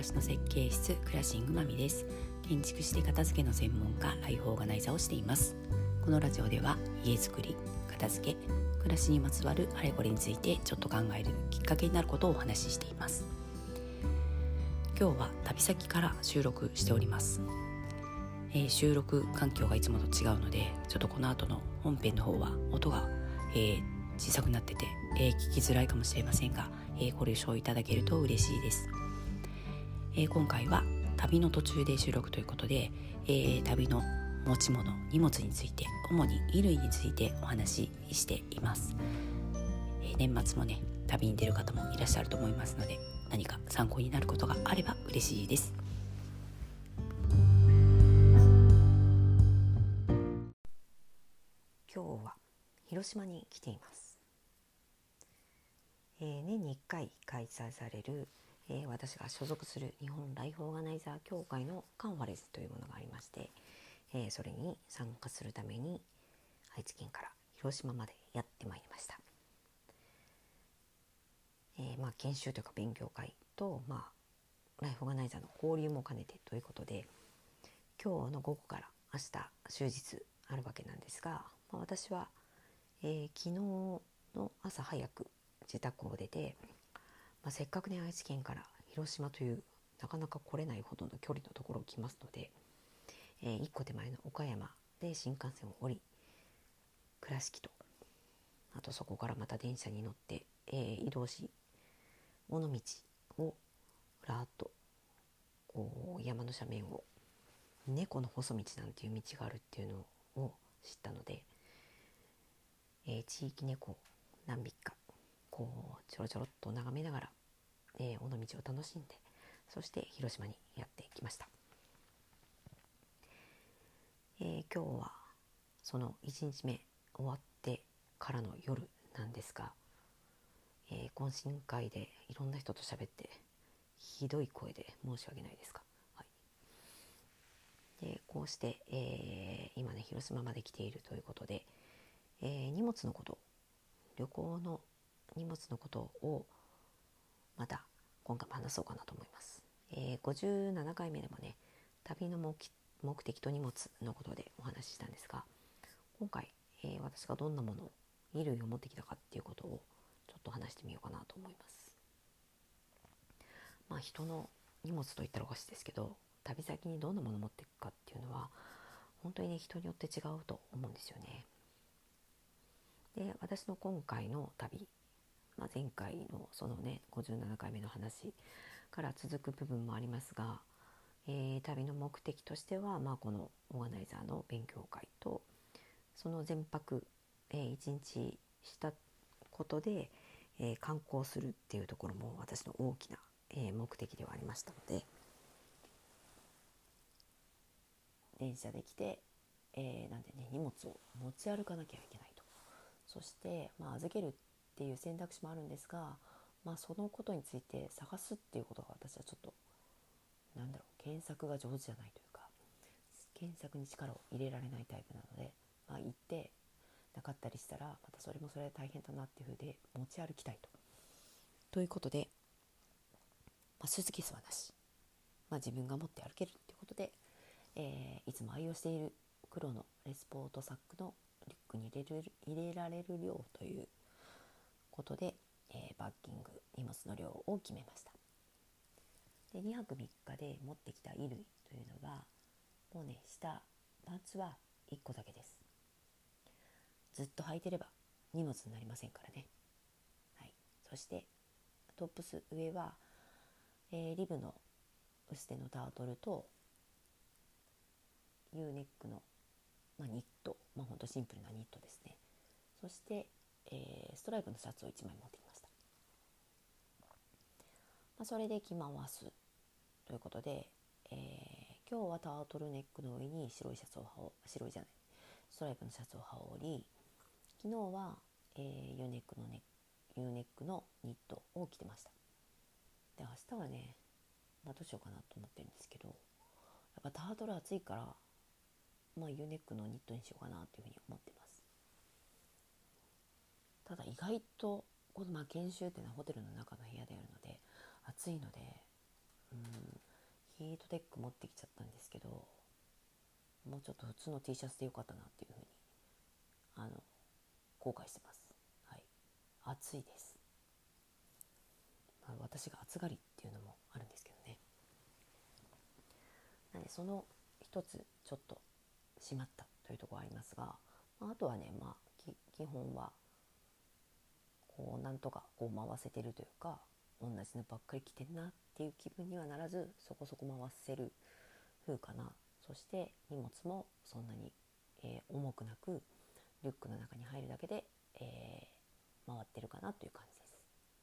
しの設計室クラシングマミです。建築士で片付けの専門家、ライフオーガナイザーをしています。このラジオでは家づくり、片付け、暮らしにまつわるあれこれについてちょっと考えるきっかけになることをお話ししています。今日は旅先から収録しております。収録環境がいつもと違うので、ちょっとこの後の本編の方は音が、小さくなってて、聞きづらいかもしれませんが、ご了承いただけると嬉しいです。今回は旅の途中で収録ということで、旅の持ち物、荷物について、主に衣類についてお話ししています。年末もね、旅に出る方もいらっしゃると思いますので、何か参考になることがあれば嬉しいです。今日は広島に来ています。年に1回開催される、私が所属する日本ライフオーガナイザー協会のカンファレンスというものがありまして、それに参加するために愛知県から広島までやってまいりました。研修というか勉強会と、ライフオーガナイザーの交流も兼ねてということで、今日の午後から明日終日あるわけなんですが、私は、昨日の朝早く自宅を出て、せっかくね愛知県から広島というなかなか来れないほどの距離のところを来ますので、一個手前の岡山で新幹線を降り、倉敷と、あとそこからまた電車に乗って、移動し、尾道をらーっとこう山の斜面を猫の細道なんていう道があるっていうのを知ったので、地域猫何匹かこうちょろちょろっと眺めながら、尾道を楽しんで、そして広島にやってきました。今日はその1日目終わってからの夜なんですが、懇親会でいろんな人と喋って、ひどい声で申し訳ないですが、でこうして、今ね広島まで来ているということで、荷物のこと、旅行の荷物のことをまた今回も話そうかなと思います。57回目でもね、旅の目的と荷物のことでお話ししたんですが、今回、私がどんなもの、衣類を持ってきたかっていうことをちょっと話してみようかなと思います。人の荷物といったらおかしいですけど、旅先にどんなものを持っていくかっていうのは本当にね人によって違うと思うんですよね。で、私の今回の旅、前回のそのね57回目の話から続く部分もありますが、旅の目的としては、このオーガナイザーの勉強会と、その全泊、1日したことで、観光するっていうところも私の大きな、目的ではありましたので、電車で来て、なんでね荷物を持ち歩かなきゃいけないと。そして、預けるっていう選択肢もあるんですが、そのことについて探すっていうことが私はちょっと検索が上手じゃないというか、検索に力を入れられないタイプなので、行ってなかったりしたらまたそれもそれで大変だなっていうふうで持ち歩きたいということで、スーツケースはなし、自分が持って歩けるっていうことで、いつも愛用している黒のレスポートサックのリュックに入れられる量ということで、バッキング荷物の量を決めました。で、2泊3日で持ってきた衣類というのが、もうね下パンツは1個だけです。ずっと履いてれば荷物になりませんからね。そしてトップス上は、リブの薄手のタートルと U ネックの、ニット、ほんとシンプルなニットですね。そして、ストライプのシャツを1枚持ってきました。それで着回すということで、今日はタートルネックの上に白いシャツをストライプのシャツを羽織り、昨日は、U ネックのニットを着てました。で、明日はね、どうしようかなと思ってるんですけど、やっぱタートル暑いから、U ネックのニットにしようかなというふうに思ってます。ただ意外とこの研修っていうのはホテルの中の部屋でやるので暑いので、 ヒートテック持ってきちゃったんですけど、もうちょっと普通の T シャツでよかったなっていうふうに後悔してます。はい、暑いです。私が暑がりっていうのもあるんですけどね。なのでその一つちょっとしまったというところがありますが、あとはね、基本はこうなんとかこう回せてるというか、同じのばっかり着てんなっていう気分にはならず、そこそこ回せる風かな。そして荷物もそんなに、重くなくリュックの中に入るだけで、回ってるかなという感じです。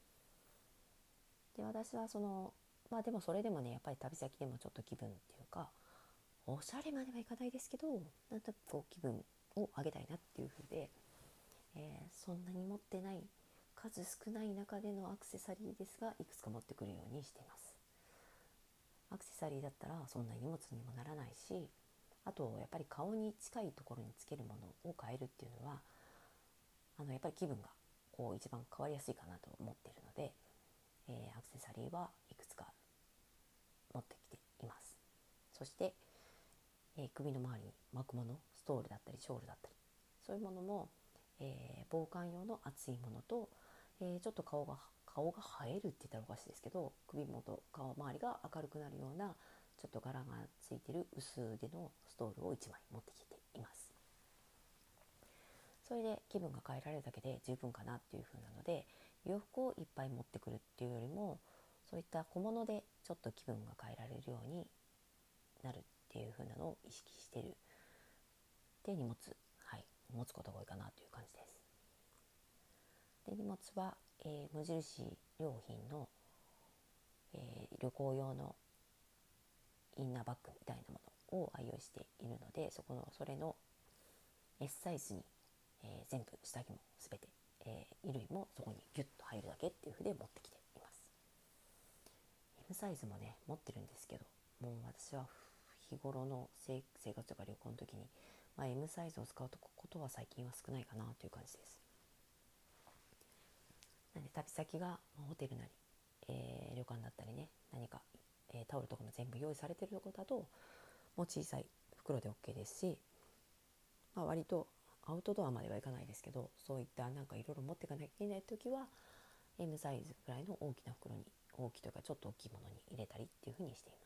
で、私はでもそれでもね、やっぱり旅先でもちょっと気分っていうか、おしゃれまではいかないですけど、なんとなくこう気分を上げたいなっていう風で、そんなに持ってない数少ない中でのアクセサリーですが、いくつか持ってくるようにしています。アクセサリーだったらそんな荷物にもならないし、あとやっぱり顔に近いところにつけるものを変えるっていうのはやっぱり気分がこう一番変わりやすいかなと思っているので、アクセサリーはいくつか持ってきています。そして、首の周りに巻くもの、ストールだったりショールだったり、そういうものも、防寒用の厚いものと、ちょっと顔が映えるって言ったらおかしいですけど、首元顔周りが明るくなるようなちょっと柄がついている薄手のストールを1枚持ってきています。それで気分が変えられるだけで十分かなっていう風なので、洋服をいっぱい持ってくるっていうよりも、そういった小物でちょっと気分が変えられるようになるっていう風なのを意識している。で、持つことが多いかなという感じです。で、荷物は、無印良品の、旅行用のインナーバッグみたいなものを愛用しているので、それの S サイズに、全部下着もすべて、衣類もそこにギュッと入るだけっていう風で持ってきています。 M サイズもね持ってるんですけど、もう私は日頃の生活とか旅行の時に、M サイズを使うことは最近は少ないかなという感じです。なので旅先がホテルなり、旅館だったりね、何か、タオルとかも全部用意されているところだともう小さい袋で OK ですし、割とアウトドアまではいかないですけど、そういったなんかいろいろ持っていかなきゃいけない時は M サイズぐらいの大きな袋に、大きいというかちょっと大きいものに入れたりっていう風にしています。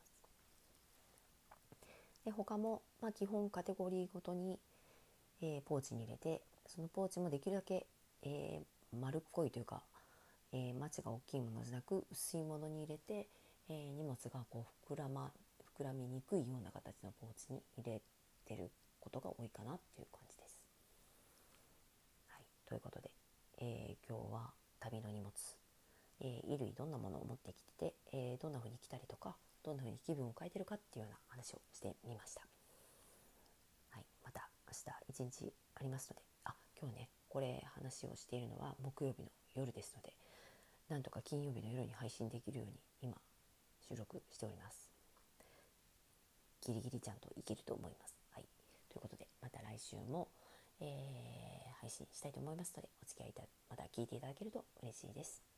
で、他も、基本カテゴリーごとに、ポーチに入れて、そのポーチもできるだけ、丸っこいというか、マチが大きいものじゃなく薄いものに入れて、荷物がこう膨らみにくいような形のポーチに入れてることが多いかなっていう感じです。はい、ということで、今日は旅の荷物、衣類どんなものを持ってきてて、どんな風に着たりとか、どんな風に気分を変えてるかっていうような話をしてみました。はい、また明日一日ありますので、今日ねこれ話をしているのは木曜日の夜ですので、なんとか金曜日の夜に配信できるように今収録しております。ギリギリちゃんといけると思います。はい、ということでまた来週も、配信したいと思いますので、お付き合いまた聞いていただけると嬉しいです。